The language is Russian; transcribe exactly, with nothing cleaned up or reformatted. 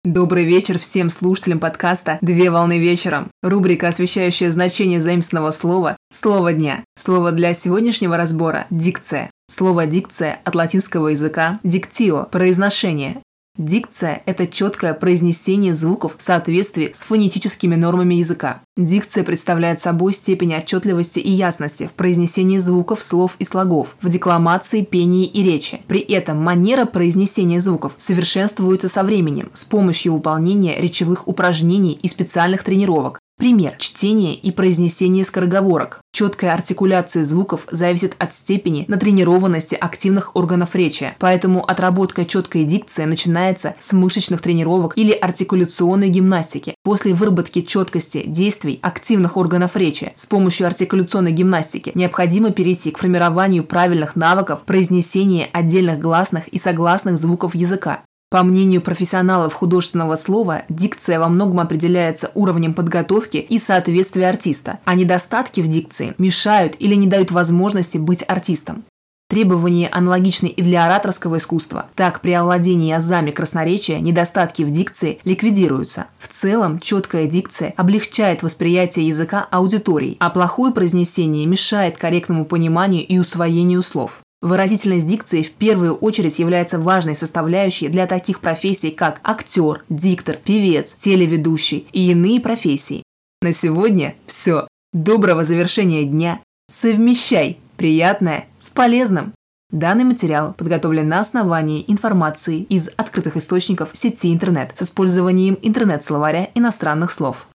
Добрый вечер всем слушателям подкаста «Две волны вечером». Рубрика, освещающая значение заимственного слова «Слово дня». Слово для сегодняшнего разбора – «дикция». Слово «дикция» от латинского языка «диктио» – произношение. Дикция – это четкое произнесение звуков в соответствии с фонетическими нормами языка. Дикция представляет собой степень отчетливости и ясности в произнесении звуков, слов и слогов, в декламации, пении и речи. При этом манера произнесения звуков совершенствуется со временем с помощью выполнения речевых упражнений и специальных тренировок. Пример – чтение и произнесение скороговорок. Четкая артикуляция звуков зависит от степени натренированности активных органов речи, поэтому отработка четкой дикции начинается с мышечных тренировок или артикуляционной гимнастики. После выработки четкости действий активных органов речи с помощью артикуляционной гимнастики необходимо перейти к формированию правильных навыков произнесения отдельных гласных и согласных звуков языка. По мнению профессионалов художественного слова, дикция во многом определяется уровнем подготовки и соответствия артиста, а недостатки в дикции мешают или не дают возможности быть артистом. Требования аналогичны и для ораторского искусства. Так, при овладении азами красноречия недостатки в дикции ликвидируются. В целом, четкая дикция облегчает восприятие языка аудитории, а плохое произнесение мешает корректному пониманию и усвоению слов. Выразительность дикции в первую очередь является важной составляющей для таких профессий, как актер, диктор, певец, телеведущий и иные профессии. На сегодня все. Доброго завершения дня. Совмещай приятное с полезным. Данный материал подготовлен на основании информации из открытых источников сети интернет с использованием интернет-словаря иностранных слов.